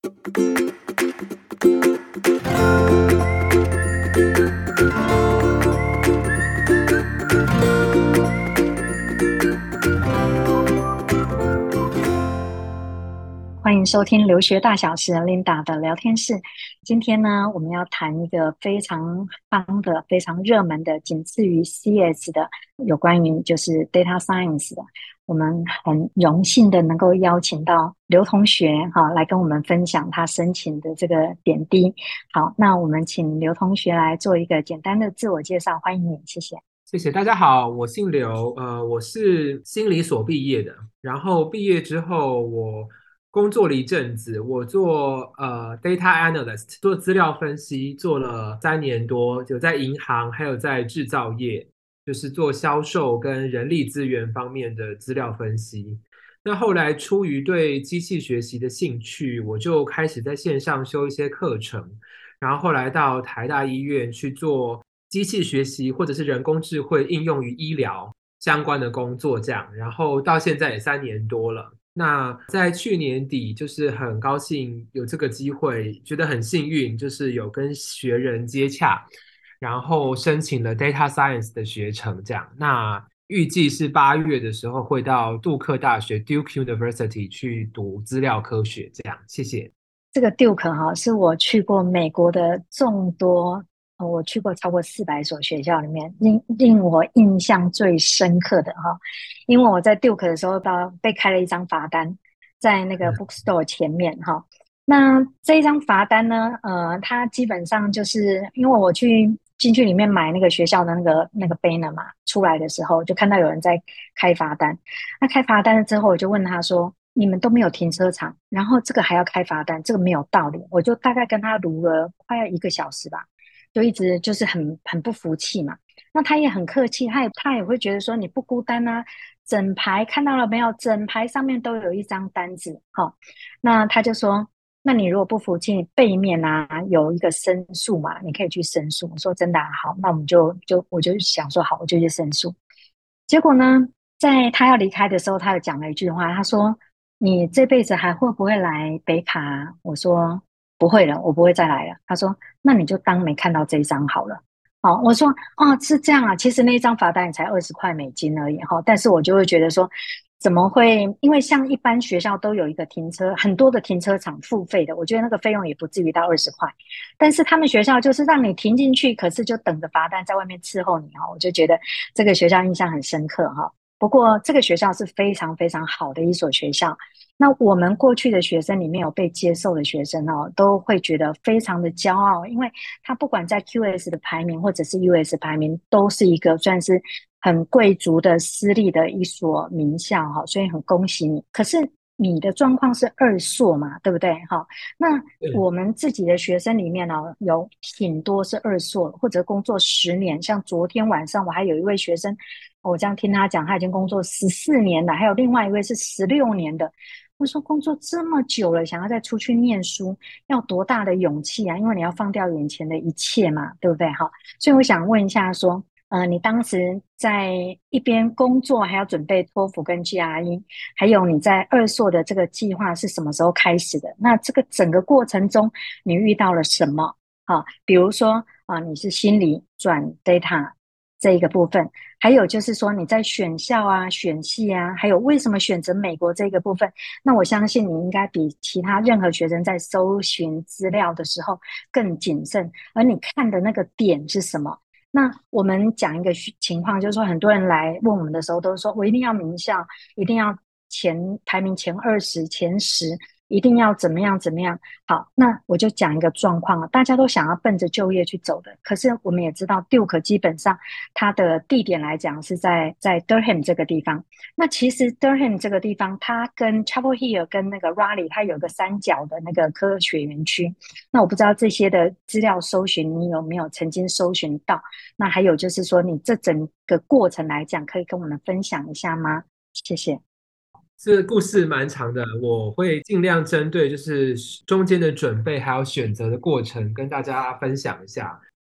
欢迎收听留学大小事 Linda 的聊天室。今天呢，我们要谈一个非常夯的、非常热门的，仅次于 CS 的，有关于就是 Data Science 的。我们很荣幸的能够邀请到刘同学来跟我们分享他申请的这个点滴。好，那我们请刘同学来做一个简单的自我介绍，欢迎你，谢谢。 谢谢大家好，我姓刘，我是心理所毕业的，然后毕业之后我工作了一阵子，我做data analyst，做资料分析，做了3年多，有在银行，还有在制造业，就是做销售跟人力资源方面的资料分析。那后来出于对机器学习的兴趣，我就开始在线上修一些课程，然后后来到台大医院去做机器学习或者是人工智慧应用于医疗相关的工作，这样，然后到现在也3年多了。那在去年底，就是很高兴有这个机会，觉得很幸运，就是有跟学人接洽，然后申请了 Data Science 的学程，这样。那预计是8月的时候会到杜克大学 Duke University 去读资料科学，这样。谢谢。 这个 Duke 是我去过美国的众多，我去过超过400所学校里面，令我印象最深刻的因为我在 Duke 的时候被开了一张罚单，在那个 bookstore 前面那这一张罚单呢，它基本上就是因为我进去里面买那个学校的那个 banner 嘛，出来的时候就看到有人在开罚单。那开罚单了之后，我就问他说：“你们都没有停车场，然后这个还要开罚单，这个没有道理。”我就大概跟他撸了快要1个小时吧，就一直就是很不服气嘛。那他也很客气，他也会觉得说你不孤单啊，整排看到了没有？整排上面都有一张单子，那他就说，那你如果不服气，背面有一个申诉嘛，你可以去申诉。我说真的好，那我就想说好，我就去申诉。结果呢，在他要离开的时候，他有讲了一句话，他说：“你这辈子还会不会来北卡啊？”我说：“不会了，我不会再来了。”他说：“那你就当没看到这一张好了。”好，我说：“哦，是这样啊，其实那一张罚单也才$20而已但是我就会觉得说，怎么会？因为像一般学校都有一个很多的停车场付费的，我觉得那个费用也不至于到20块，但是他们学校就是让你停进去，可是就等着罚单在外面伺候你我就觉得这个学校印象很深刻不过这个学校是非常非常好的一所学校。那我们过去的学生里面有被接受的学生都会觉得非常的骄傲，因为他不管在 QS 的排名或者是 US 排名，都是一个算是很贵族的私立的一所名校所以很恭喜你。可是你的状况是二硕嘛，对不对那对。 我们自己的学生里面有挺多是二硕或者工作10年，像昨天晚上我还有一位学生，我这样听他讲，他已经工作14年了，还有另外一位是16年的。我说工作这么久了，想要再出去念书，要多大的勇气啊？因为你要放掉眼前的一切嘛，对不对？所以我想问一下说，你当时在一边工作，还要准备托福跟 GRE，还有你在二硕的这个计划是什么时候开始的？那这个整个过程中，你遇到了什么？比如说你是心理转 data 这一个部分，还有就是说你在选校选系还有为什么选择美国这个部分，那我相信你应该比其他任何学生在搜寻资料的时候更谨慎，而你看的那个点是什么？那我们讲一个情况，就是说很多人来问我们的时候，都说我一定要名校，一定要排名前20、前10，一定要怎么样怎么样。好，那我就讲一个状况大家都想要奔着就业去走的，可是我们也知道 Duke 基本上它的地点来讲是在Durham 这个地方。那其实 Durham 这个地方，它跟 Chapel Hill 跟那个 Raleigh 它有个三角的那个科学园区。那我不知道这些的资料搜寻你有没有曾经搜寻到？那还有就是说，你这整个过程来讲，可以跟我们分享一下吗？谢谢。 这故事蛮长的，我会尽量针对就是中间的准备还有选择的过程跟大家分享一下。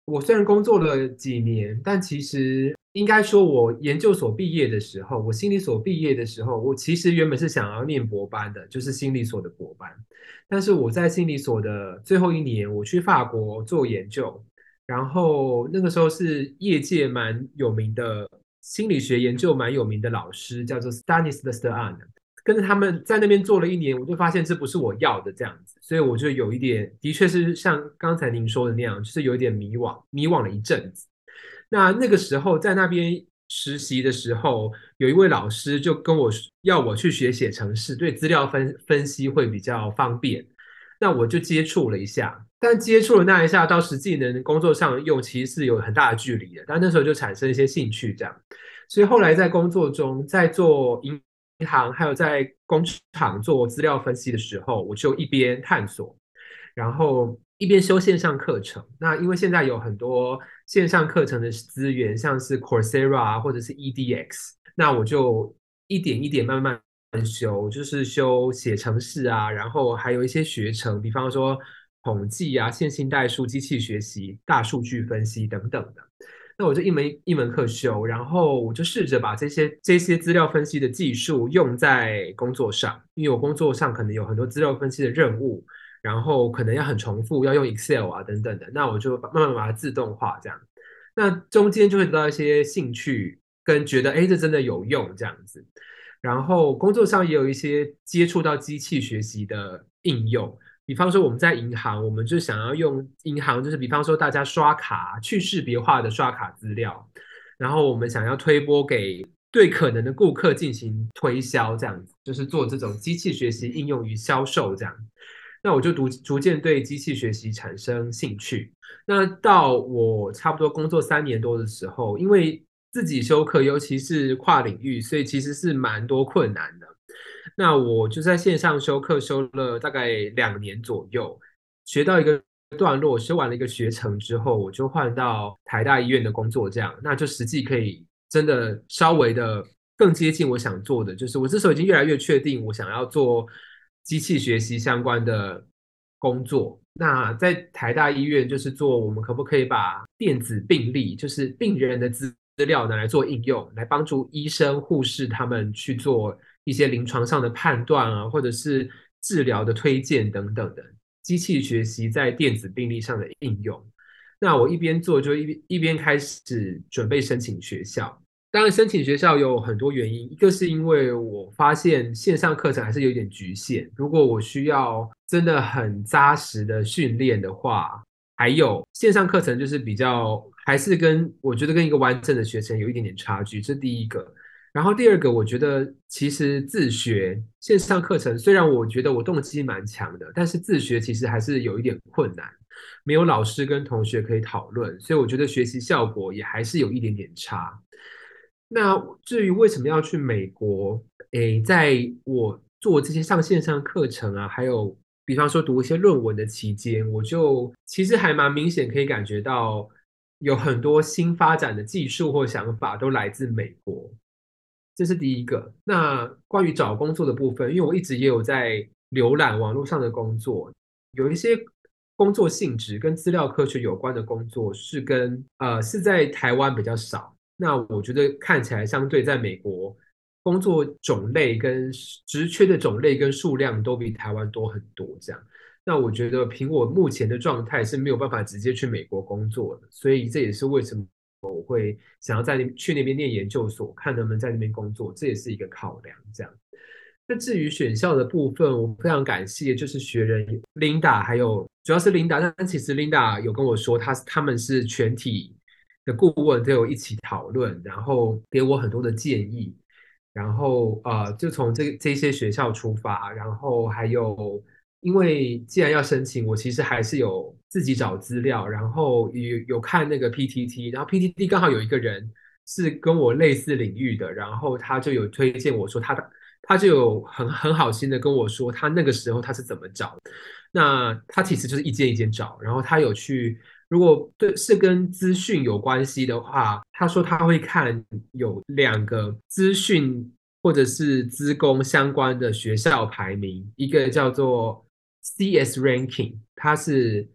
我虽然工作了几年，但其实应该说，我研究所毕业的时候，我心理所毕业的时候，我其实原本是想要念博班的，就是心理所的博班。但是我在心理所的最后一年，我去法国做研究，然后那个时候是业界蛮有名的心理学研究蛮有名的老师，叫做 Stanislas Dehaene。跟着他们在那边做了一年，我就发现这不是我要的这样子，所以我就有一点，的确是像刚才您说的那样，就是有一点迷惘，迷惘了一阵子。那个时候在那边实习的时候，有一位老师就跟我要我去学写程式，对资料分析会比较方便。那我就接触了一下，但接触了那一下到实际能工作上用，其实是有很大的距离的。但那时候就产生一些兴趣，这样。所以后来在工作中，在做银行，还有在工厂做资料分析的时候，我就一边探索，然后一边修线上课程。那因为现在有很多线上课程的资源，像是 Coursera 或者是 EDX，那我就一点一点慢慢修，就是修写程式啊，然后还有一些学程，比方说统计啊、线性代数、机器学习、大数据分析等等的。那我就一门一门课修，然后我就试着把这些资料分析的技术用在工作上，因为我工作上可能有很多资料分析的任务，然后可能要很重复，要用 Excel 啊等等的，那我就慢慢把它自动化这样。那中间就会得到一些兴趣，跟觉得哎这真的有用这样子。然后工作上也有一些接触到机器学习的应用，比方说我们在银行，我们就想要用银行，就是比方说大家刷卡去识别化的刷卡资料，然后我们想要推播给对可能的顾客进行推销，这样子就是做这种机器学习应用于销售这样。那我就逐渐对机器学习产生兴趣。那到我差不多工作3年多的时候，因为自己修课，尤其是跨领域，所以其实是蛮多困难的。那我就在线上修课，修了大概2年左右，学到一个段落，修完了一个学程之后，我就换到台大医院的工作，这样，那就实际可以真的稍微的更接近我想做的，就是我这时候已经越来越确定我想要做机器学习相关的工作。那在台大医院就是做我们可不可以把电子病历，就是病人的资料拿来做应用，来帮助医生、护士他们去做一些临床上的判断啊，或者是治疗的推荐等等的机器学习在电子病历上的应用。那我一边做就一边开始准备申请学校。当然，申请学校有很多原因，一个是因为我发现线上课程还是有点局限，如果我需要真的很扎实的训练的话，还有线上课程就是比较还是我觉得跟一个完整的学程有一点点差距，这第一个。然后第二个，我觉得其实自学线上课程，虽然我觉得我动机蛮强的，但是自学其实还是有一点困难，没有老师跟同学可以讨论，所以我觉得学习效果也还是有一点点差。那至于为什么要去美国，诶，在我做这些上线上课程啊，还有比方说读一些论文的期间，我就其实还蛮明显可以感觉到有很多新发展的技术或想法都来自美国，这是第一个。那关于找工作的部分，因为我一直也有在浏览网络上的工作，有一些工作性质跟资料科学有关的工作是在台湾比较少。那我觉得看起来相对在美国，工作种类跟职缺的种类跟数量都比台湾多很多。这样，那我觉得凭我目前的状态是没有办法直接去美国工作的，所以这也是为什么想要去那边念研究所，看能不能在那边工作，这也是一个考量。这样。那至于选校的部分，我非常感谢，就是学人 Linda，还有主要是 Linda，但其实 Linda 有跟我说，他们是全体的顾问都有一起讨论，然后给我很多的建议，然后就从这些学校出发，然后还有因为既然要申请，我其实还是有自己找资料，然后有看那个 PTT，然后 PTT 刚好有一个人是跟我类似领域的，然后他就有推荐我说他就有很好心的跟我说，他那个时候他是怎么找的。那他其实就是一间一间找，然后他有去，如果是跟资讯有关系的话，他说他会看有2个资讯或者是资工相关的学校排名，一个叫做 CS Ranking，它是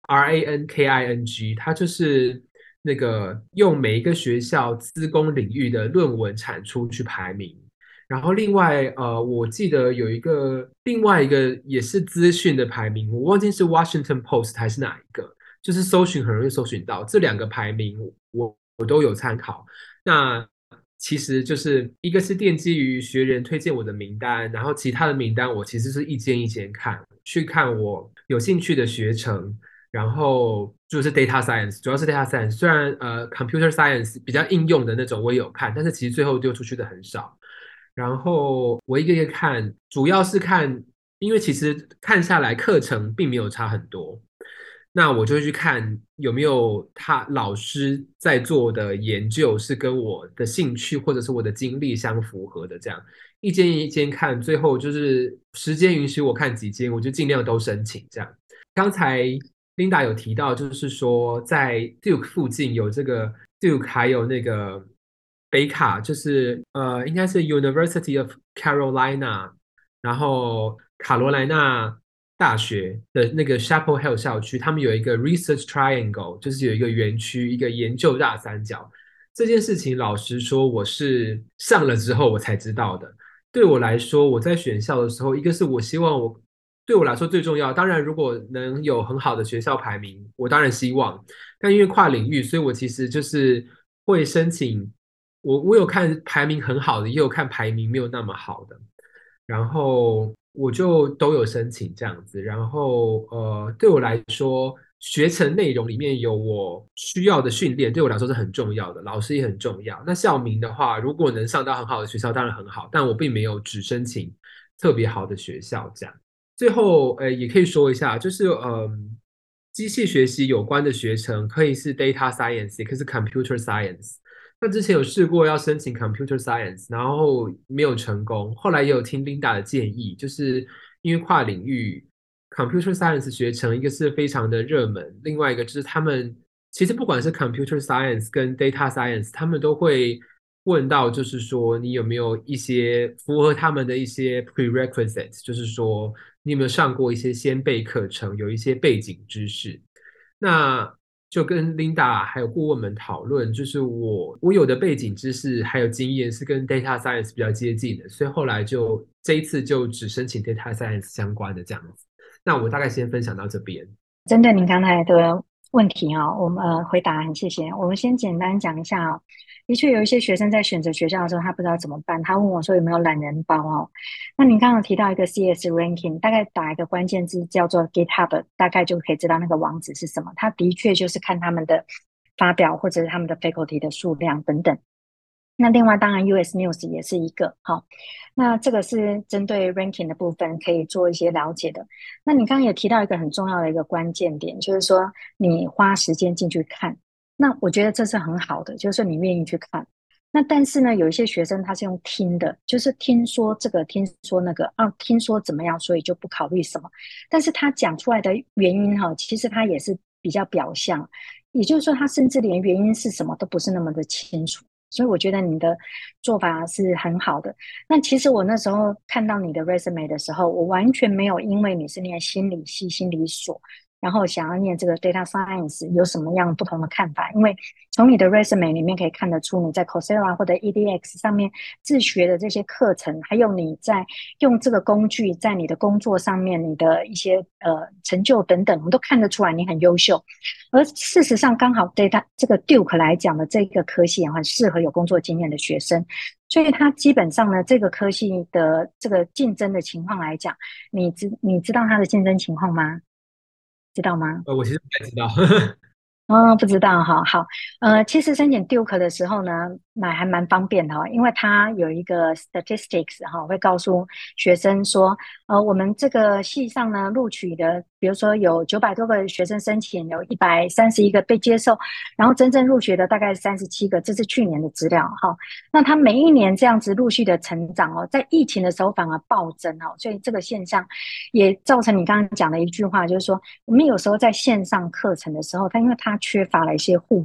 RANKING，它就是那个用每一个学校资工领域的论文产出去排名。然后另外我记得有另外一个也是资讯的排名，我忘记是 Washington Post 还是哪一个，就是搜寻很容易搜寻到这两个排名我都有参考。那其实就是一个是奠基于学人推荐我的名单，然后其他的名单我其实是一间一间看，去看我有兴趣的学程，然后就是 data science，主要是 data science，虽然computer science 比较应用的那种我也有看，但是其实最后丢出去的很少。然后我一个一个看，主要是看，因为其实看下来课程并没有差很多，那我就会去看有没有他老师在做的研究是跟我的兴趣或者是我的经历相符合的，这样一间一间看，最后就是时间允许我看几间，我就尽量都申请这样。刚才 Linda 有提到，就是说在 Duke 附近有这个 Duke，还有那个北卡，就是应该是 University of Carolina，然后卡罗来纳大学的那个 Chapel Hill 校区，他们有一个 Research Triangle，就是有一个园区，一个研究大三角。这件事情，老实说，我是上了之后我才知道的。对我来说，我在选校的时候，一个是我希望对我来说最重要。当然，如果能有很好的学校排名，我当然希望。但因为跨领域，所以我其实就是会申请。我有看排名很好的，也有看排名没有那么好的，然后我就都有申请这样子。然后对我来说，学程内容里面有我需要的训练，对我来说是很重要的，老师也很重要。那校名的话，如果能上到很好的学校，当然很好，但我并没有只申请特别好的学校这样。最后，也可以说一下，就是机器学习有关的学程可以是 data science，也可以是 computer science。那之前有试过要申请 computer science，然后没有成功。后来也有听 Linda 的建议，就是因为跨领域 computer science 学程，一个是非常的热门，另外一个就是他们其实不管是 computer science 跟 data science，他们都会问到，就是说你有没有一些符合他们的一些 prerequisites，就是说你有没有上过一些先备课程，有一些背景知识。那就跟 Linda 还有顾问们讨论，就是我有的背景知识还有经验是跟 data science 比较接近的，所以后来就这一次就只申请 data science 相关的这样子。那我大概先分享到这边。 针对您刚才的问题啊，我们回答很谢谢。我们先简单讲一下啊，的确有一些学生在选择学校的时候，他不知道怎么办，他问我说有没有懒人包哦。那您刚刚提到一个 CS ranking，大概打一个关键字叫做 GitHub，大概就可以知道那个网址是什么。它的确就是看他们的发表或者是他们的 faculty 的数量等等。那另外当然 US News 也是一个好，那这个是针对 ranking 的部分可以做一些了解的。那你刚刚也提到一个很重要的一个关键点，就是说你花时间进去看，那我觉得这是很好的，就是说你愿意去看。那但是呢，有一些学生他是用听的，就是听说这个，听说那个，啊，听说怎么样，所以就不考虑什么。但是他讲出来的原因哈，其实他也是比较表象，也就是说他甚至连原因是什么都不是那么的清楚。所以我觉得你的做法是很好的。那其实我那时候看到你的 resume 的时候，我完全没有因为你是念心理系、心理所，然后想要念这个 data science 有什么样不同的看法。因为从你的 resume 里面可以看得出你在 Coursera 或者 edX 上面自学的这些课程，还有你在用这个工具在你的工作上面你的一些成就等等，我们都看得出来你很优秀。而事实上，刚好对他这个 Duke 来讲的这个科系也很适合有工作经验的学生，所以他基本上呢，这个科系的这个竞争的情况来讲，你知道他的竞争情况吗？知道吗？ 我其实不太知道。 哦，不知道哈，好，其实申请 Duke 的时候呢，买还蛮方便的哈，因为它有一个 statistics 哈，会告诉学生说，我们这个系上呢录取的，比如说有900多个学生申请，有131个被接受，然后真正入学的大概37个，这是去年的资料哈。那它每一年这样子陆续的成长哦，在疫情的时候反而暴增哦，所以这个现象也造成你刚刚讲的一句话，就是说我们有时候在线上课程的时候，因为它缺乏了一些互动，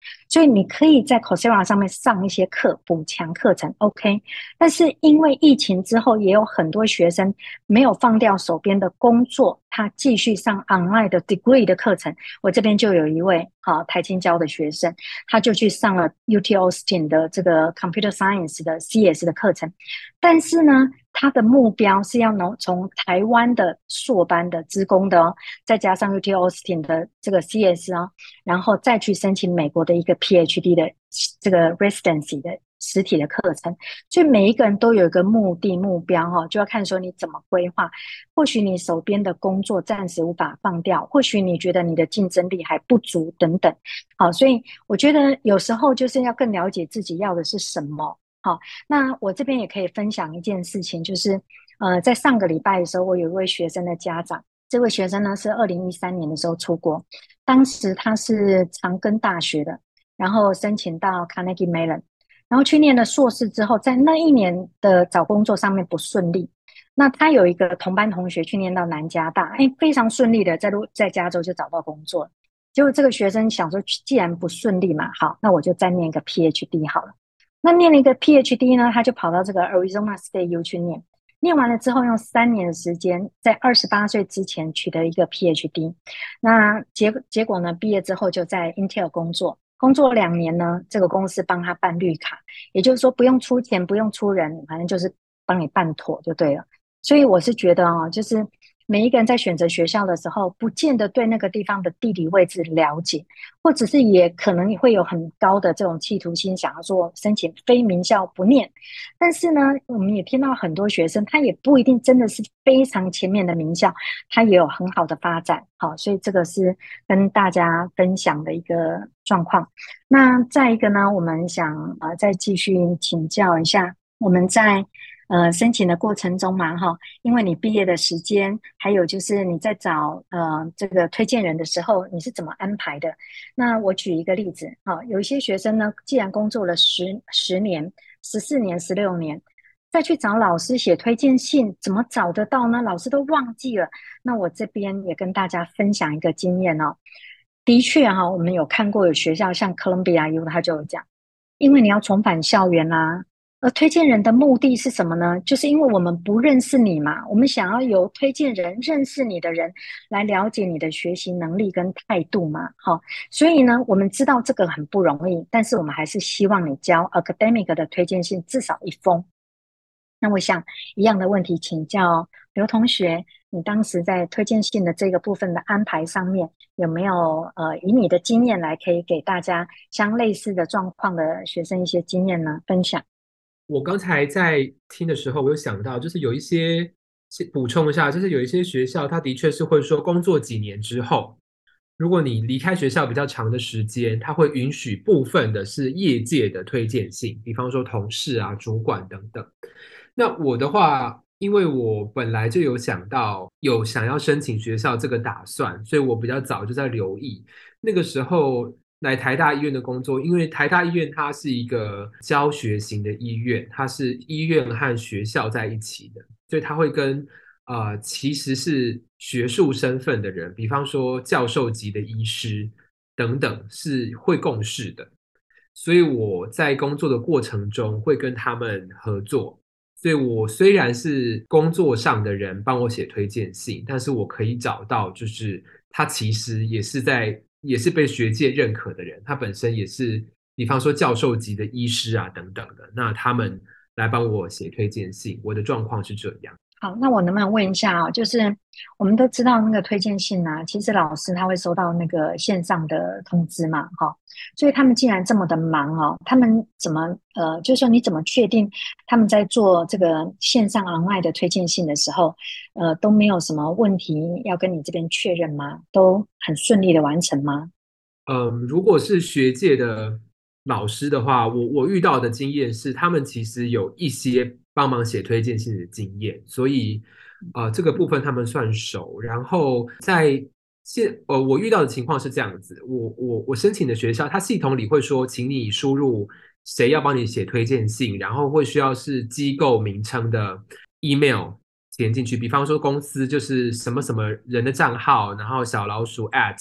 所以你可以在 Coursera 上面上一些课，补强课程 OK。但是因为疫情之后，也有很多学生没有放掉手边的工作，他继续上 online 的 degree 的课程。我这边就有一位台清交的学生，他就去上了 UT Austin 的这个 Computer Science 的 CS 的课程，但是呢，他的目标是要能从台湾的硕班的资工的再加上 UT Austin 的这个 CS 然后再去申请美国的一个 PhD 的这个 residency 的实体的课程。所以每一个人都有一个目标就要看说你怎么规划。或许你手边的工作暂时无法放掉，或许你觉得你的竞争力还不足等等。好，所以我觉得有时候就是要更了解自己要的是什么。好，那我这边也可以分享一件事情，就是在上个礼拜的时候，我有一位学生的家长，这位学生呢是2013年的时候出国，当时他是长庚大学的，然后申请到 Carnegie Mellon，然后去念了硕士之后，在那一年的找工作上面不顺利。那他有一个同班同学去念到南加大，非常顺利的在加州就找到工作。结果这个学生想说，既然不顺利嘛，好，那我就再念一个 PhD 好了。那念了一个 PhD 呢，他就跑到这个 Arizona State U 去念，念完了之后用3年的时间，在28岁之前取得一个 PhD。那结果呢，毕业之后就在 Intel 工作2年呢，这个公司帮他办绿卡，也就是说不用出钱，不用出人，反正就是帮你办妥就对了。所以我是觉得就是每一个人在选择学校的时候，不见得对那个地方的地理位置了解，或者是也可能会有很高的这种企图心，想要说申请非名校不念。但是呢，我们也听到很多学生，他也不一定真的是非常前面的名校，他也有很好的发展。好，所以这个是跟大家分享的一个状况。那再一个呢，我们想再继续请教一下，我们在申请的过程中嘛，因为你毕业的时间，还有就是你在找这个推荐人的时候，你是怎么安排的？那我举一个例子，有一些学生呢，既然工作了10年、14年、16年，再去找老师写推荐信，怎么找得到呢？老师都忘记了。那我这边也跟大家分享一个经验哦。的确我们有看过有学校像 Columbia U， 他就有讲，因为你要重返校园啦，而推荐人的目的是什么呢？就是因为我们不认识你嘛，我们想要由推荐人认识你的人来了解你的学习能力跟态度嘛。所以呢，我们知道这个很不容易，但是我们还是希望你交 academic 的推荐信至少1封。那我想一样的问题请教刘同学，你当时在推荐信的这个部分的安排上面，有没有以你的经验来可以给大家相类似的状况的学生一些经验呢？分享。 我刚才在听的时候，我有想到，就是有一些先补充一下，就是有一些学校，它的确是会说，工作几年之后，如果你离开学校比较长的时间，它会允许部分的是业界的推荐信，比方说同事啊、主管等等。那我的话，因为我本来就有想到有想要申请学校这个打算，所以我比较早就在留意。那个时候来台大医院的工作，因为台大医院它是一个教学型的医院，它是医院和学校在一起的，所以它会跟其实是学术身份的人，比方说教授级的医师等等，是会共事的。所以我在工作的过程中会跟他们合作。所以我虽然是工作上的人帮我写推荐信，但是我可以找到，就是他其实也是被学界认可的人，他本身也是，比方说教授级的医师啊等等的，那他们来帮我写推荐信，我的状况是这样。 好，那我能不能问一下就是我们都知道那个推荐信啊，其实老师他会收到那个线上的通知嘛，所以他们既然这么的忙他们怎么就是说你怎么确定他们在做这个线上 online 的推荐信的时候，都没有什么问题要跟你这边确认吗？都很顺利的完成吗？ 如果是学界的老师的话，我遇到的经验是，他们其实有一些帮忙写推荐信的经验，所以这个部分他们算熟。然后我遇到的情况是这样子，我申请的学校，它系统里会说，请你输入谁要帮你写推荐信，然后会需要是机构名称的 email 填进去，比方说公司就是什么什么人的账号，然后小老鼠@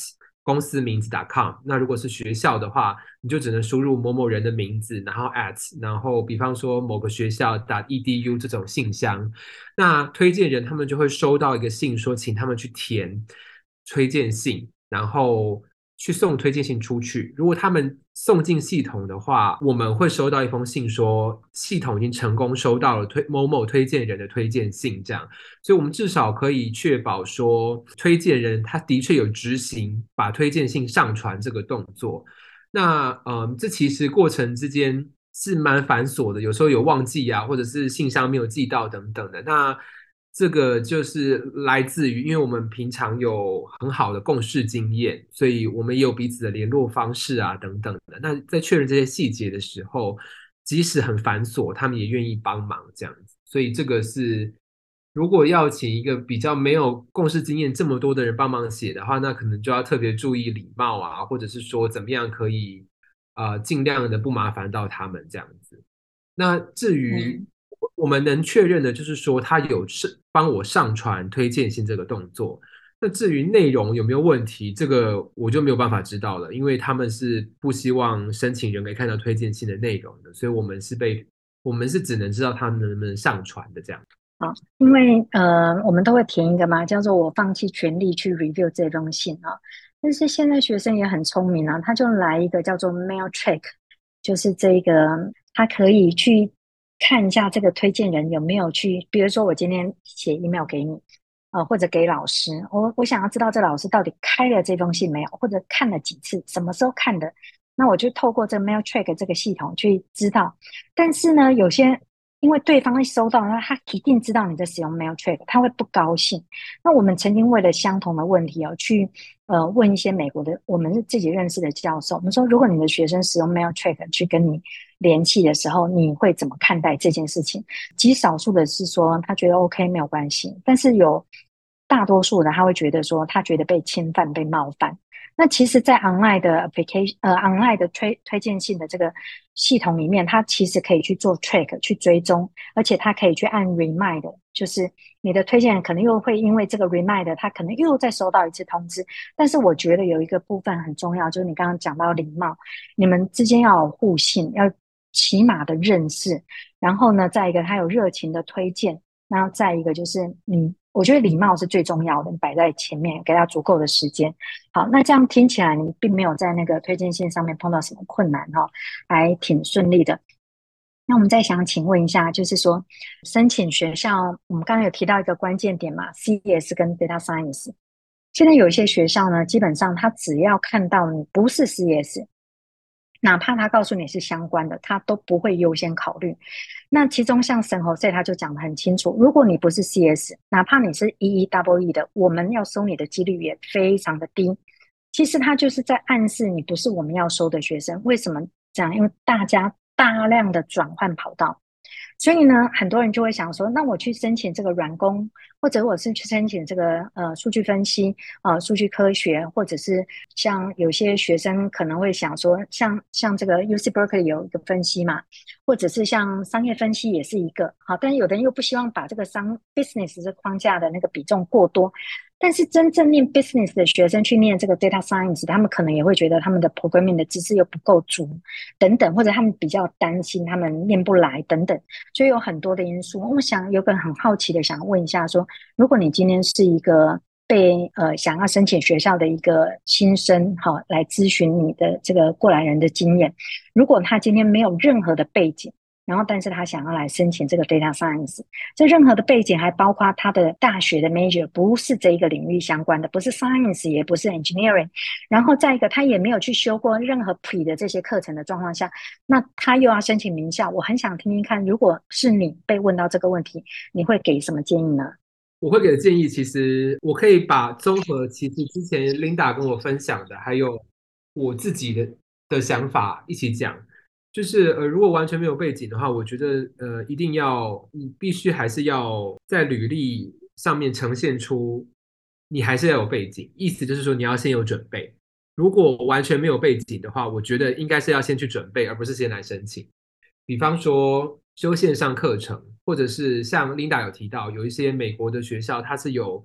公司名字 .com， 那如果是学校的话，你就只能输入某某人的名字，然后 然后比方说某个学校 .edu 这种信箱，那推荐人他们就会收到一个信说，请他们去填推荐信，然后去送推荐信出去。如果他们送进系统的话，我们会收到一封信说，系统已经成功收到了某某推荐人的推荐信，这样，所以我们至少可以确保说，推荐人他的确有执行把推荐信上传这个动作。那这其实过程之间是蛮繁琐的，有时候有忘记啊，或者是信箱没有寄到等等的。那这个就是来自于，因为我们平常有很好的共事经验，所以我们也有彼此的联络方式啊等等的。那在确认这些细节的时候，即使很繁琐，他们也愿意帮忙这样子。所以这个是，如果要请一个比较没有共事经验这么多的人帮忙写的话，那可能就要特别注意礼貌啊，或者是说怎么样可以尽量的不麻烦到他们这样子。那至于嗯我们能确认的，就是说他有帮我上传推荐信这个动作。那至于内容有没有问题，这个我就没有办法知道了，因为他们是不希望申请人可以看到推荐信的内容的，所以我们是只能知道他们能不能上传的这样。 好，因为我们都会填一个嘛，叫做"我放弃权利去 review 这封信"啊。但是现在学生也很聪明啊，他就来一个叫做 mail check，就是这个他可以去看一下这个推荐人有没有去，比如说我今天写 email 给你，或者给老师，我想要知道这老师到底开了这封信没有，或者看了几次，什么时候看的，那我就透过这个 mail check 这个系统去知道。但是呢，有些因为对方会收到，那他一定知道你在使用 mail check，他会不高兴。那我们曾经为了相同的问题去问一些美国的我们自己认识的教授，我们说如果你的学生使用 mail check 去跟你联系的时候，你会怎么看待这件事情？极少数的是说他觉得 OK 没有关系，但是有大多数的他会觉得说他觉得被侵犯、被冒犯。那其实，在 online 的 online 的推荐信的这个系统里面，它其实可以去做 track 去追踪，而且它可以去按 remind，就是你的推荐人可能又会因为这个 remind，他可能又再收到一次通知。但是我觉得有一个部分很重要，就是你刚刚讲到礼貌，你们之间要有互信，要起码的认识，然后呢，再一个他有热情的推荐，然后再一个就是我觉得礼貌是最重要的，你摆在前面，给他足够的时间。好，那这样听起来你并没有在那个推荐信上面碰到什么困难哈，还挺顺利的。那我们再想请问一下，就是说申请学校，我们刚刚有提到一个关键点嘛，CS 跟 Data Science。现在有一些学校呢，基本上他只要看到你不是 CS，哪怕他告诉你是相关的，他都不会优先考虑。那其中像沈侯 C 他就讲得很清楚，如果你不是 CS，哪怕你是 EE的，我们要收你的几率也非常的低。其实他就是在暗示你不是我们要收的学生。为什么这样？因为大家大量的转换跑道，所以呢，很多人就会想说，那我去申请这个软工，或者我是去申请这个数据分析数据科学，或者是像有些学生可能会想说，像这个 UC Berkeley 有一个分析嘛，或者是像商业分析也是一个好，但是有的人又不希望把这个business 这框架的那个比重过多。但是真正念 business 的学生去念这个 data science，他们可能也会觉得他们的 programming 的知识又不够足，等等，或者他们比较担心他们念不来等等，所以有很多的因素。我想有个很好奇的想问一下说，如果你今天是一个想要申请学校的一个新生来咨询你的这个过来人的经验，如果他今天没有任何的背景，然后但是他想要来申请这个 data science， 这任何的背景还包括他的大学的 major 不是这一个领域相关的，不是 science 也不是 engineering， 然后再一个他也没有去修过任何 pre 的这些课程的状况下，那他又要申请名校，我很想听听看，如果是你被问到这个问题，你会给什么建议呢？ 我会给的建议，其实我可以把综合其实之前 Linda 跟我分享的，还有我自己的想法一起讲。就是如果完全没有背景的话，我觉得一定要你必须还是要在履历上面呈现出你还是要有背景，意思就是说你要先有准备。如果完全没有背景的话，我觉得应该是要先去准备，而不是先来申请。比方说修线上课程，或者是像 Linda 有提到，有一些美国的学校它是有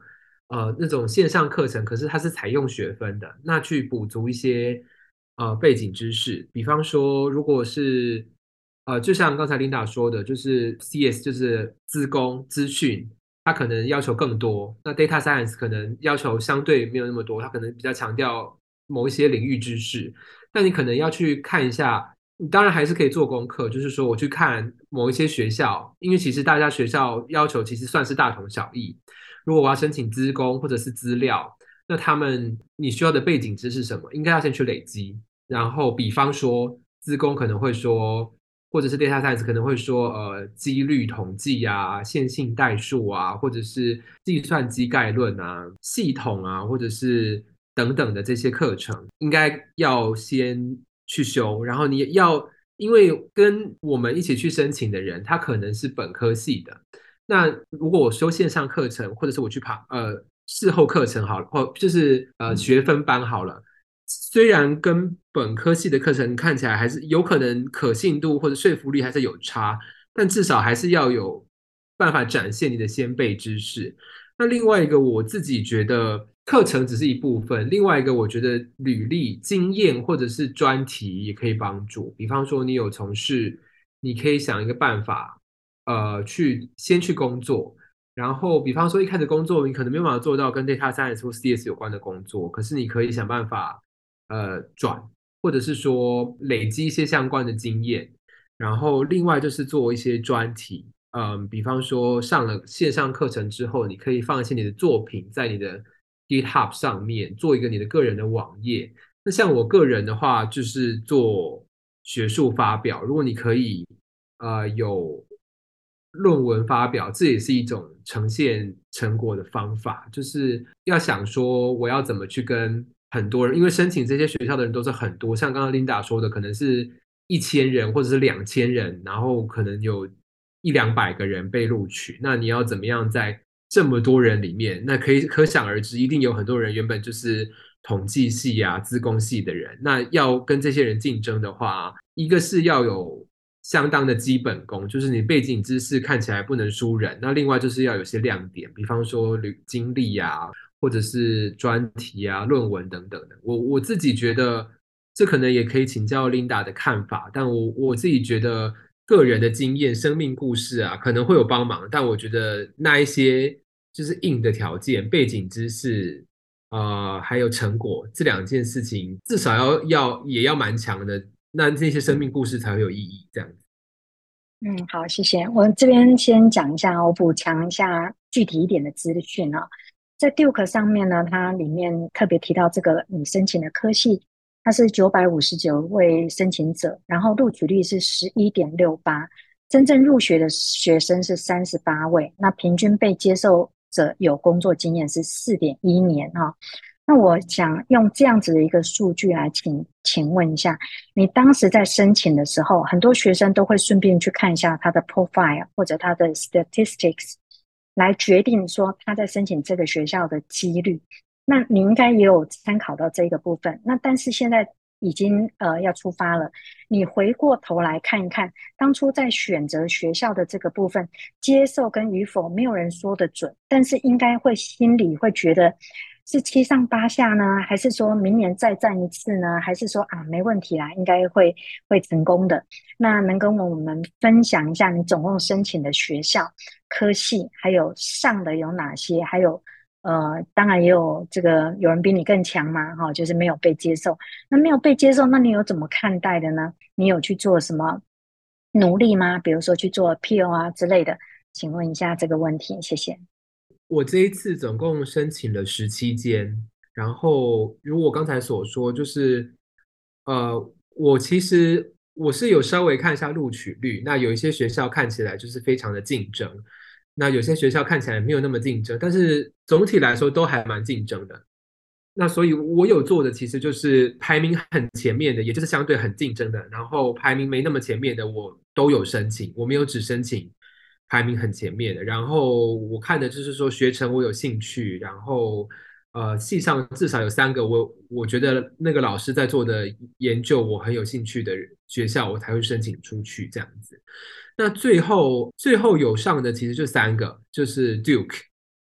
那种线上课程，可是它是采用学分的，那去补足一些背景知识。比方说，如果是就像刚才 Linda 说的，就是 CS 就是资工资讯，它可能要求更多。那 Data Science 可能要求相对没有那么多，它可能比较强调某一些领域知识。那你可能要去看一下，你当然还是可以做功课，就是说我去看某一些学校，因为其实大家学校要求其实算是大同小异。如果我要申请资工或者是资料，那他们你需要的背景知识是什么？应该要先去累积。然后，比方说资工可能会说，或者是 data science 可能会说，几率统计啊、线性代数啊，或者是计算机概论啊、系统啊，或者是等等的这些课程，应该要先去修。然后你要，因为跟我们一起去申请的人，他可能是本科系的。那如果我修线上课程，或者是我去跑事后课程好了，或就是学分班好了，虽然跟本科系的课程看起来还是有可能可信度或者说服力还是有差，但至少还是要有办法展现你的先辈知识。那另外一个，我自己觉得课程只是一部分，另外一个我觉得履历、经验或者是专题也可以帮助。比方说，你有从事，你可以想一个办法，先去工作，然后比方说一开始工作你可能没有办法做到跟 data science 或 CS 有关的工作，可是你可以想办法转，或者是说累积一些相关的经验，然后另外就是做一些专题，比方说上了线上课程之后，你可以放一些你的作品在你的 GitHub 上面，做一个你的个人的网页。那像我个人的话，就是做学术发表，如果你可以有论文发表，这也是一种呈现成果的方法。就是要想说我要怎么去跟很多人，因为申请这些学校的人都是很多，像刚刚 Linda 说的，可能是1000人或者是2000人，然后可能有100-200个人被录取。那你要怎么样在这么多人里面？那可想而知，一定有很多人原本就是统计系啊、资工系的人。那要跟这些人竞争的话，一个是要有相当的基本功，就是你背景知识看起来不能输人。那另外就是要有些亮点，比方说经历啊，或者是专题啊、论文等等的。我自己觉得，这可能也可以请教 Linda 的看法，但我自己觉得个人的经验、生命故事啊，可能会有帮忙，但我觉得那一些就是硬的条件、背景知识。还有成果这2件事情，至少也要蛮强的，那这些生命故事才会有意义。这样子。 嗯，好，谢谢。我这边先讲一下，我补强一下具体一点的资讯啊。在 Duke 上面呢，它里面特别提到这个你申请的科系，它是959位申请者，然后录取率是11.68，真正入学的学生是38位，那平均被接受者有工作经验是4.1年啊。那我想用这样子的一个数据来请问一下，你当时在申请的时候，很多学生都会顺便去看一下他的 profile 或者他的 statistics，来决定说他在申请这个学校的几率。那你应该也有参考到这个部分。那但是现在已经要出发了，你回过头来看一看，当初在选择学校的这个部分，接受跟与否没有人说得准，但是应该会心里会觉得是7上8下呢，还是说明年再战一次呢？还是说啊没问题啦，应该会成功的？那能跟我们分享一下你总共申请的学校、科系，还有上的有哪些？还有当然也有这个有人比你更强嘛，哈、就是没有被接受。那没有被接受，那你有怎么看待的呢？你有去做什么努力吗？比如说去做 appeal 啊之类的？请问一下这个问题，谢谢。 我这一次总共申请了17间，然后如我刚才所说，就是我其实我是有稍微看一下录取率，那有一些学校看起来就是非常的竞争，那有些学校看起来没有那么竞争，但是总体来说都还蛮竞争的。那所以我有做的其实就是排名很前面的，也就是相对很竞争的，然后排名没那么前面的我都有申请，我没有只申请排名很前面的。然后我看的就是说学程我有兴趣，然后系上至少有3个我觉得那个老师在做的研究我很有兴趣的学校，我才会申请出去这样子。那最后有上的其实就3个，就是 Duke。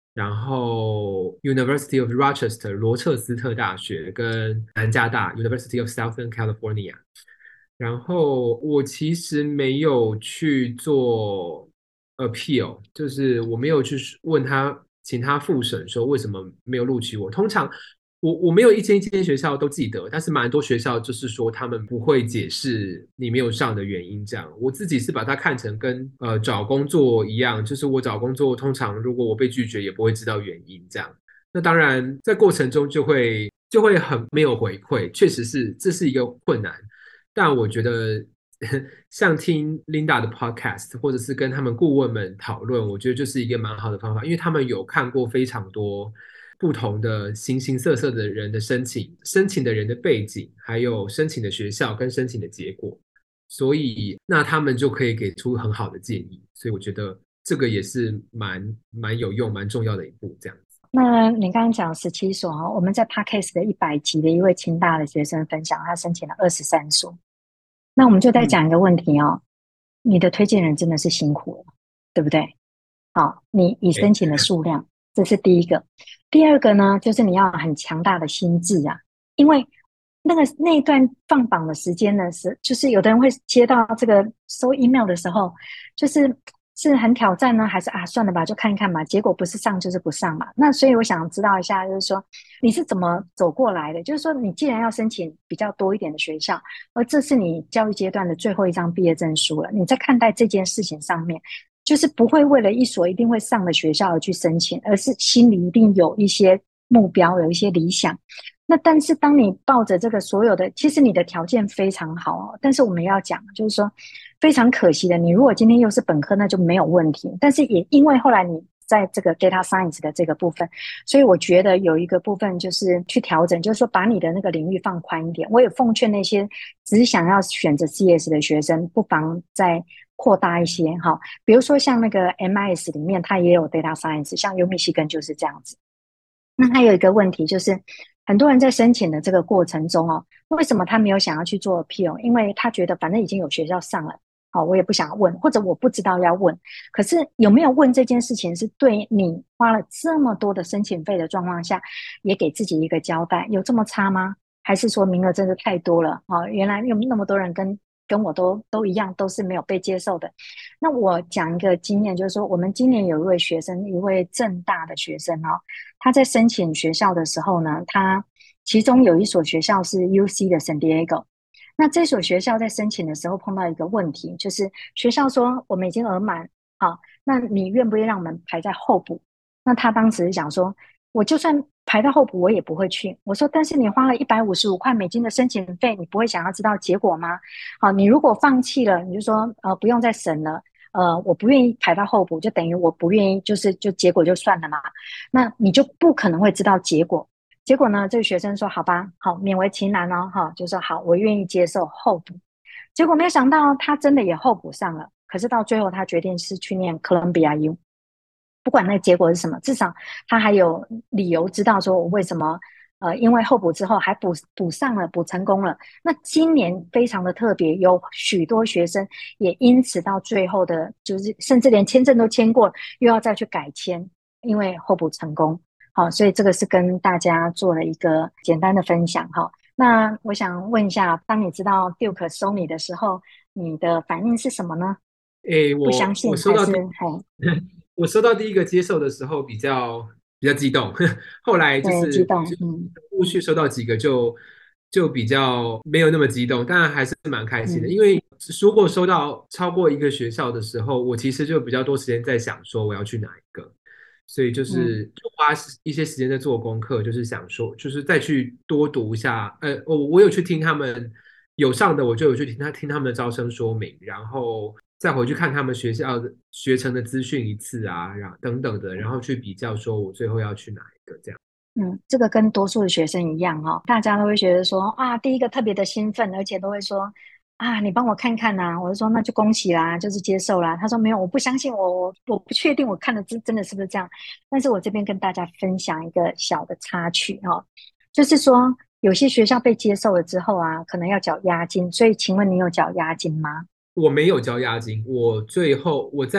然后 University of Rochester 罗彻斯特大学跟南加大 University of Southern California。然后我其实没有去做 appeal，就是我没有去问他，请他复审说为什么没有录取我。通常我没有一间一间学校都记得，但是蛮多学校就是说他们不会解释你没有上的原因。这样，我自己是把它看成跟找工作一样，就是我找工作通常如果我被拒绝也不会知道原因这样。那当然在过程中就会很没有回馈，确实是这是一个困难。但我觉得像听 Linda 的 podcast，或者是跟他们顾问们讨论，我觉得就是一个蛮好的方法，因为他们有看过非常多不同的形形色色的人的申请，申请的人的背景，还有申请的学校跟申请的结果，所以那他们就可以给出很好的建议，所以我觉得这个也是蛮有用、蛮重要的一步，这样子。 那你刚刚讲17所哈，我们在 Podcast 的100集的一位清大的学生分享，他申请了23所。那我们就再嗯， 讲一个问题哦，你的推荐人真的是辛苦了，对不对？好，你申对， 请的数量，这是第一个。第二个呢，就是你要很强大的心智啊，因为那一段放榜的时间呢，就是有的人会接到这个收 email 的时候，是很挑战呢，还是啊算了吧，就看一看嘛，结果不是上就是不上嘛。那所以我想知道一下，就是说你是怎么走过来的？就是说你既然要申请比较多一点的学校，而这是你教育阶段的最后一张毕业证书了，你在看待这件事情上面。就是不会为了一所一定会上的学校而去申请，而是心里一定有一些目标，有一些理想。那但是当你抱着这个所有的，其实你的条件非常好哦，但是我们要讲，就是说非常可惜的，你如果今天又是本科，那就没有问题。但是也因为后来你在这个 data science 的这个部分，所以我觉得有一个部分就是去调整，就是说把你的那个领域放宽一点。我也奉劝那些只想要选择 CS 的学生，不妨再扩大一些哈。比如说像那个 MIS 里面，它也有 data science，像 U 密西根就是这样子。那还有一个问题就是，很多人在申请的这个过程中哦，为什么他没有想要去做 appeal？因为他觉得反正已经有学校上了，好，我也不想问，或者我不知道要问。可是有没有问这件事情，是对你花了这么多的申请费的状况下，也给自己一个交代，有这么差吗？还是说名额真的太多了啊？原来有那么多人跟我都一样，都是没有被接受的。那我讲一个经验，就是说我们今年有一位学生，一位正大的学生哦。他在申请学校的时候呢，他其中有一所学校是 UC 的 San Diego。那这所学校在申请的时候碰到一个问题，就是学校说我们已经额满，好，那你愿不愿意让我们排在候补？那他当时想说，我就算排到候补，我也不会去。我说，但是你花了$155的申请费，你不会想要知道结果吗？好，你如果放弃了，你就说不用再审了，我不愿意排到候补，就等于我不愿意，就结果就算了嘛。那你就不可能会知道结果。结果呢，这个学生说：“好吧，好，勉为其难哦，哈，就说好，我愿意接受候补。”结果没有想到，他真的也候补上了。可是到最后，他决定是去念哥伦比亚 U。不管那个结果是什么，至少他还有理由知道说我为什么因为候补之后还补上了，补成功了。那今年非常的特别，有许多学生也因此到最后的，就是甚至连签证都签过，又要再去改签，因为候补成功。好，所以这个是跟大家做了一个简单的分享哈。那我想问一下，当你知道 Duke 收你的时候，你的反应是什么呢？ 诶， 不相我信还是我收到第一个接受的时候比较激动，后来就对激是就动？嗯陆续收到几个就比较没有那么激动，当然还是蛮开心的。 嗯因为如果收到超过一个学校的时候，我其实就比较多时间在想说我要去哪一个，所以嗯。 就花一些时间在做功课，就是想说就是再去多读一下。我有去听他们有上的，我就有去听他们的招生说明，然后再回去看他们学校的学程的资讯一次啊，等等的，然后去比较说我最后要去哪一个这样。 这个跟多数的学生一样哈、哦，大家都会觉得说啊，第一个特别的兴奋，而且都会说啊，你帮我看看呐、我就说那就恭喜啦，就是接受啦。他说没有，我不相信我不确定我看的真的是不是这样。但是我这边跟大家分享一个小的插曲哈、哦，就是说有些学校被接受了之后啊，可能要缴押金，所以请问你有缴押金吗？ 我没有交押金，我最后我在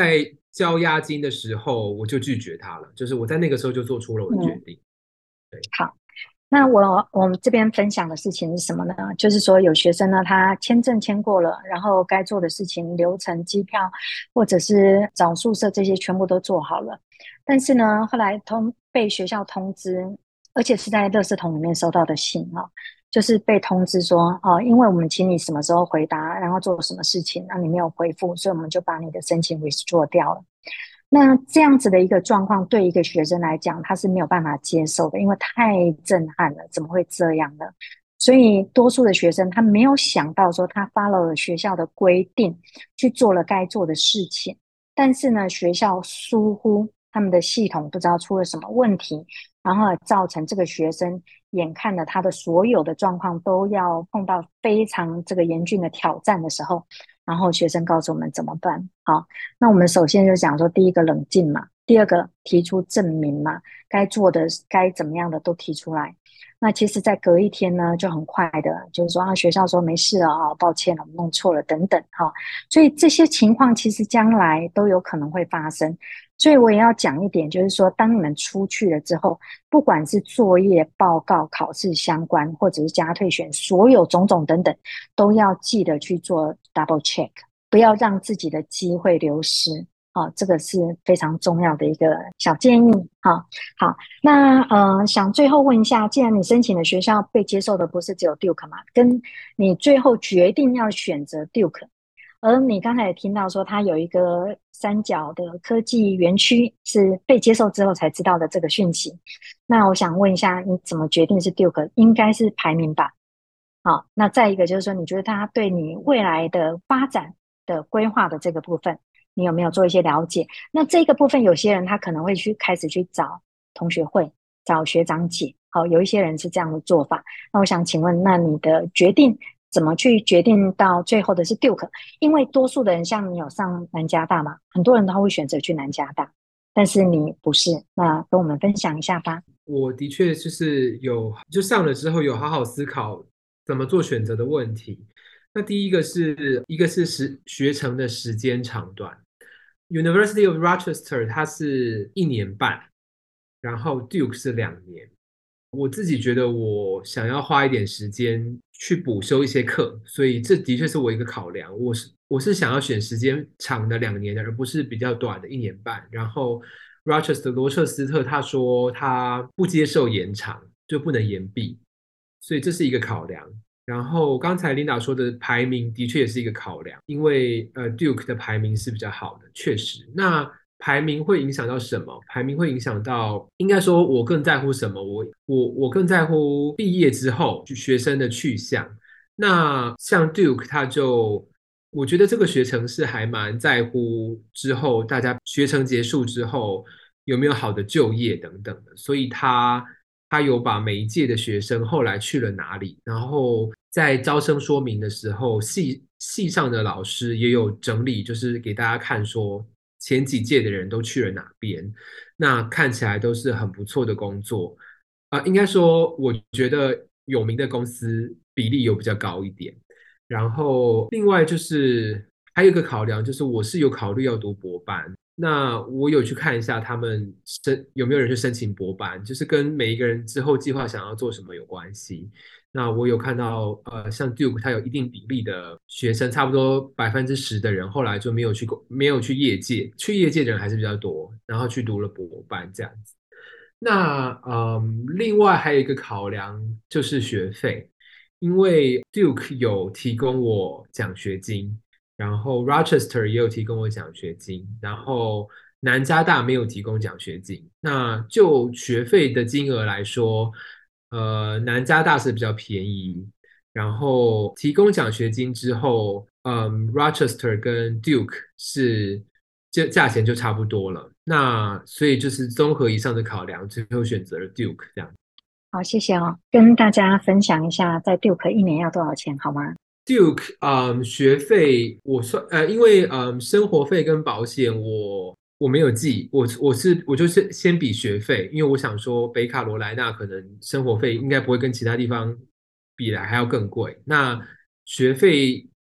交押金的时候，我就拒绝他了，就是我在那个时候就做出了我的决嗯， 定。对。 好。那我们这边分享的事情是什么呢？就是说有学生呢，他签证签过了，然后该做的事情、流程、机票或者是找宿舍这些全部都做好了，但是呢，后来被学校通知，而且是在垃圾桶里面收到的信啊，就是被通知说哦，因为我们请你什么时候回答，然后做什么事情，那你没有回复，所以我们就把你的申请 withdraw 掉了。那这样子的一个状况，对一个学生来讲，他是没有办法接受的，因为太震撼了，怎么会这样呢？所以多数的学生他没有想到说他 follow 了学校的规定，去做了该做的事情，但是呢，学校疏忽他们的系统不知道出了什么问题，然后造成这个学生眼看着他的所有的状况都要碰到非常这个严峻的挑战的时候，然后学生告诉我们怎么办？好，那我们首先就讲说，第一个冷静嘛，第二个提出证明嘛，该做的、该怎么样的都提出来。那其实，在隔一天呢，就很快的，就是说啊，学校说没事啊，抱歉了，我们弄错了等等哈。所以这些情况其实将来都有可能会发生。所以我也要讲一点，就是说，当你们出去了之后，不管是作业、报告、考试相关，或者是加退选，所有种种等等，都要记得去做 double check。不要让自己的机会流失。好、这个是非常重要的一个小建议。好，那想最后问一下，既然你申请的学校被接受的不是只有 Duke 嘛，跟你最后决定要选择 Duke，而你刚才也听到说它有一个三角的科技园区是被接受之后才知道的这个讯息，那我想问一下，你怎么决定是 Duke？应该是排名吧？好，那再一个就是说，你觉得它对你未来的发展的规划的这个部分，你有没有做一些了解？那这个部分，有些人他可能会开始去找同学会、找学长姐，好，有一些人是这样的做法。那我想请问，那你的决定怎么去决定到最后的是 Duke？因为多数的人像你有上南加大嘛，很多人都会选择去南加大，但是你不是，那跟我们分享一下吧。 我的确就是就上了之后有好好思考怎么做选择的问题。那第一个是学程的时间长短，University of Rochester 它是1年半，然后 Duke 是2年。我自己觉得我想要花一点时间去补修一些课，所以这的确是我一个考量。我是想要选时间长的2年的，而不是比较短的1年半。然后 Rochester 罗彻斯特他说他不接受延长，就不能延毕，所以这是一个考量。然后刚才 Linda 说的排名的确也是一个考量，因为Duke 的排名是比较好的，确实。那排名会影响到什么？排名会影响到，应该说我更在乎什么？我更在乎毕业之后学生的去向。那像 Duke，我觉得这个学程是还蛮在乎之后大家学程结束之后有没有好的就业等等的，所以他有把每一届的学生后来去了哪里，然后在招生说明的时候，系上的老师也有整理，就是给大家看说前几届的人都去了哪边，那看起来都是很不错的工作应该说我觉得有名的公司比例有比较高一点。然后另外就是还有一个考量，就是我是有考虑要读博班，那我有去看一下他们有没有人去申请博班，就是跟每一个人之后计划想要做什么有关系。那我有看到，像 Duke 它有一定比例的学生，差不多10%的人后来就没有去业界，去业界的人还是比较多，然后去读了博班这样子。那另外还有一个考量就是学费，因为 Duke 有提供我奖学金，然后 Rochester 也有提供我奖学金，然后南加大没有提供奖学金。那就学费的金额来说，南加大是比较便宜，然后提供奖学金之后，Rochester 跟 Duke 这价钱就差不多了。那所以就是综合以上的考量，最后选择了 Duke 这样。 好，谢谢哦，跟大家分享一下，在 Duke 一年要多少钱好吗？ Duke，学费我算，因为生活费跟保险我没有记，我就是先比学费，因为我想说北卡罗来纳可能生活费应该不会跟其他地方比来还要更贵。那学费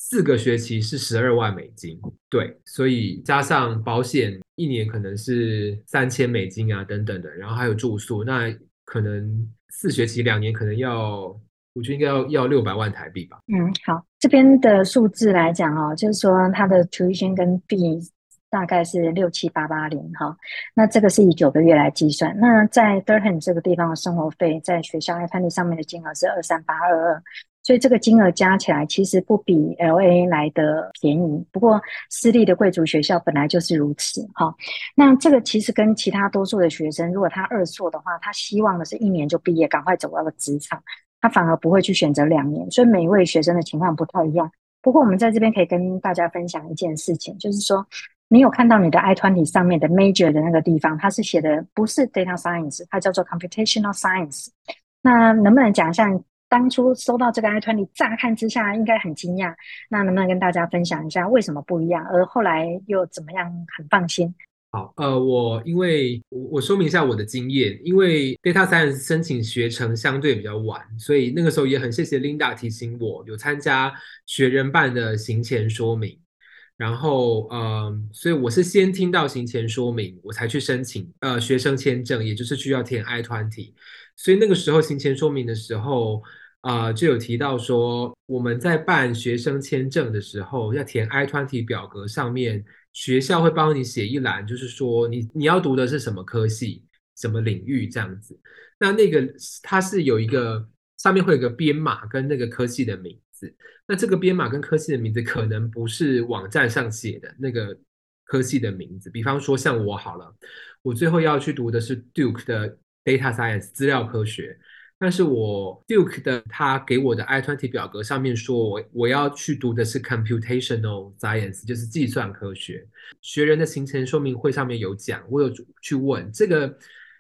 4个学期是12万美金，对，所以加上保险一年可能是3000美金啊等等的，然后还有住宿，那可能4学期2年可能要，我觉得应该要600万台币吧。 好，这边的数字来讲哦，就是说它的 tuition 跟 fee 大概是67880哈，那这个是以9个月来计算。那在 Durham 这个地方的生活费，在学校 iPad 上面的金额是23822，所以这个金额加起来其实不比 LA 来的便宜。不过私立的贵族学校本来就是如此哈。那这个其实跟其他多数的学生，如果他二硕的话，他希望的是1年就毕业，赶快走到了职场。他反而不会去选择2年，所以每一位学生的情况不太一样。不过我们在这边可以跟大家分享一件事情，就是说你有看到你的 I-20 上面的 major 的那个地方，它是写的不是 data science， 它叫做 computational science。那能不能讲一下你当初收到这个 I-20，乍看之下应该很惊讶，那能不能跟大家分享一下为什么不一样，而后来又怎么样很放心？ 好，因为我说明一下我的经验，因为 Data Science 申请学程相对比较晚，所以那个时候也很谢谢 Linda 提醒我有参加学人办的行前说明，然后所以我是先听到行前说明，我才去申请学生签证，也就是需要填 I-20，所以那个时候行前说明的时候。就有提到说，我们在办学生签证的时候，要填 I-20表格上面，学校会帮你写一栏，就是说你要读的是什么科系、什么领域这样子。那个它是有一个上面会有个编码跟那个科系的名字，那这个编码跟科系的名字可能不是网站上写的那个科系的名字，比方说像我好了，我最后要去读的是 Duke 的 Data Science 资料科学。但是我 Duke 的他给我的 I-20表格上面说我要去读的是 Computational Science，就是计算科学。学人的行程说明会上面有讲，我有去问这个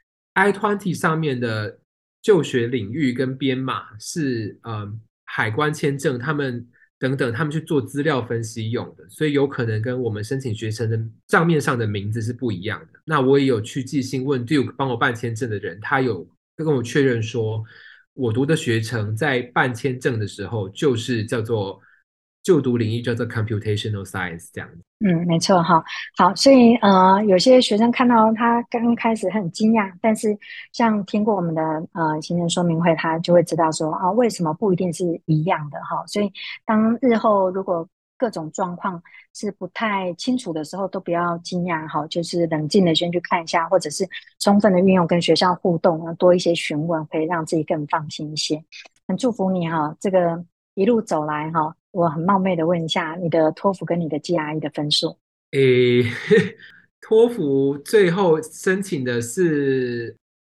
I-20上面的就学领域跟编码是海关签证他们等等他们去做资料分析用的，所以有可能跟我们申请学生的账面上的名字是不一样的。那我也有去寄信问 Duke 帮我办签证的人，他有跟我确认说，我读的学程在办签证的时候，就是叫做就读领域叫做 computational science 这样子。 没错哈，好，所以有些学生看到他刚开始很惊讶，但是像听过我们的行程说明会，他就会知道说啊，为什么不一定是一样的哈。所以当日后如果各种状况是不太清楚的时候，都不要惊讶哈，就是冷静的先去看一下，或者是充分的运用跟学校互动，多一些询问，可以让自己更放心一些。很祝福你哈，这个一路走来哈，我很冒昧的问一下，你的托福跟你的 GRE 的分数？ 诶，托福最后申请的是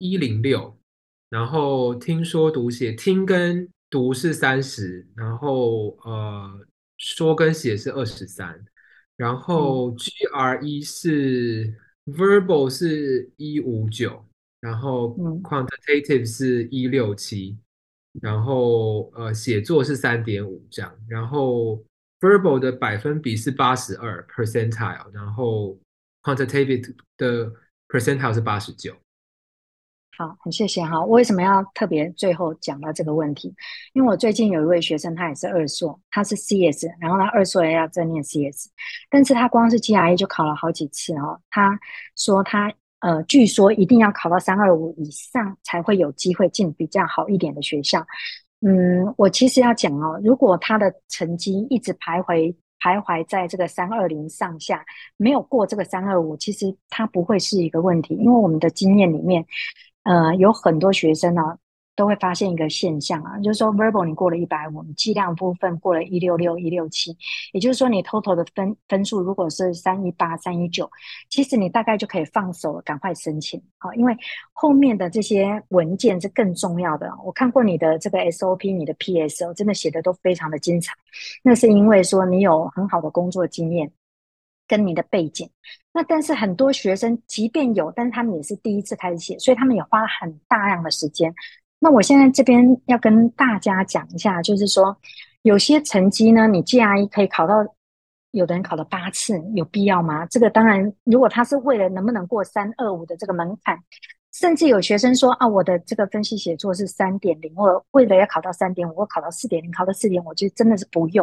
106，然后听说读写听跟读是30，然后说跟写是23，然嗯后 GRE 是 verbal 是159，然后嗯。 quantitative 是167，然后写作是3.5这样，然后 verbal 的百分比是82 percentile，然后 quantitative 的 percentile 是89。 好，很谢谢哈。我为什么要特别最后讲到这个问题？因为我最近有一位学生，他也是二硕，他是 CS，然后他二硕也要再念 CS，但是他光是 GRE 就考了好几次哦。他说他据说一定要考到325以上才会有机会进比较好一点的学校。我其实要讲哦，如果他的成绩一直徘徊在这个320上下，没有过这个325，其实它不会是一个问题，因为我们的经验里面，有很多学生呢都会发现一个现象啊，就是说 verbal 你过了150，你计量部分过了166、167，也就是说你 total 的分数如果是318、319，其实你大概就可以放手了，赶快申请。好，因为后面的这些文件是更重要的。我看过你的这个 SOP，你的 PSO 真的写的都非常的精彩，那是因为说你有很好的工作经验跟你的背景。那但是很多学生即便有，但是他们也是第一次开始写，所以他们也花了很大量的时间。那我现在这边要跟大家讲一下，就是说有些成绩呢，你 GRE 可以考到，有的人考了8次，有必要吗？这个当然，如果他是为了能不能过325的这个门槛，甚至有学生说啊，我的这个分析写作是3.0，我为了要考到3.5，我考到4.0，考到4.5，就真的是不用。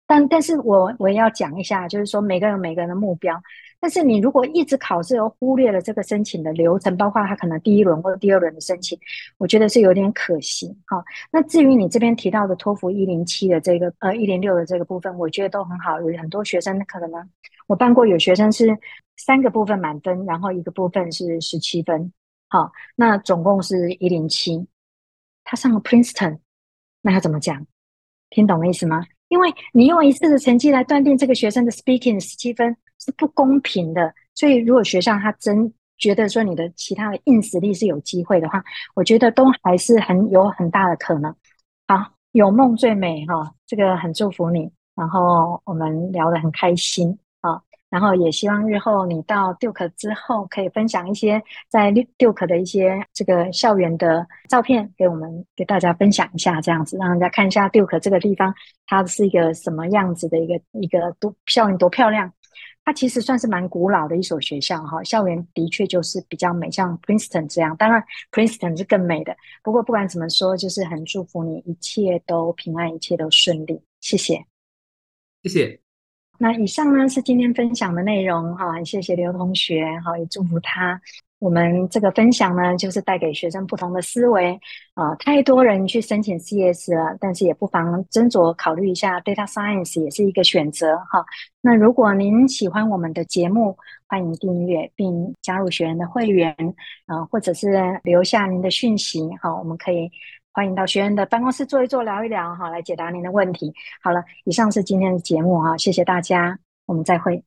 但是我也要讲一下，就是说每个人有每个人的目标。但是你如果一直考试而忽略了这个申请的流程，包括他可能第一轮或者第二轮的申请，我觉得是有点可惜。好，那至于你这边提到的托福107的这个106的这个部分，我觉得都很好。有很多学生可能呢，我办过有学生是3个部分满分，然后1个部分是17分。好，那总共是107。他上了 Princeton，那他怎么讲？听懂我意思吗？因为你用一次的成绩来断定这个学生的 speaking 17分是不公平的，所以如果学校他真觉得说你的其他的硬实力是有机会的话，我觉得都还是有很大的可能。好，有梦最美哈，这个很祝福你，然后我们聊得很开心啊。然后也希望日后你到 Duke 之后，可以分享一些在 Duke 的一些这个校园的照片给大家分享一下，这样子让大家看一下 Duke 这个地方它是一个什么样子的一个校园多漂亮。它其实算是蛮古老的一所学校哈，校园的确就是比较美，像 Princeton 这样，当然 Princeton 是更美的。不过不管怎么说，就是很祝福你一切都平安，一切都顺利，谢谢。 谢谢。 那以上呢是今天分享的内容哈，谢谢刘同学哈，也祝福他。我们这个分享呢，就是带给学生不同的思维太多人去申请 CS 了，但是也不妨斟酌考虑一下 Data Science 也是一个选择哈。那如果您喜欢我们的节目，欢迎订阅并加入学员的会员或者是留下您的讯息哈，我们可以欢迎到学员的办公室坐一坐，聊一聊哈，来解答您的问题。好了，以上是今天的节目哈，谢谢大家，我们再会。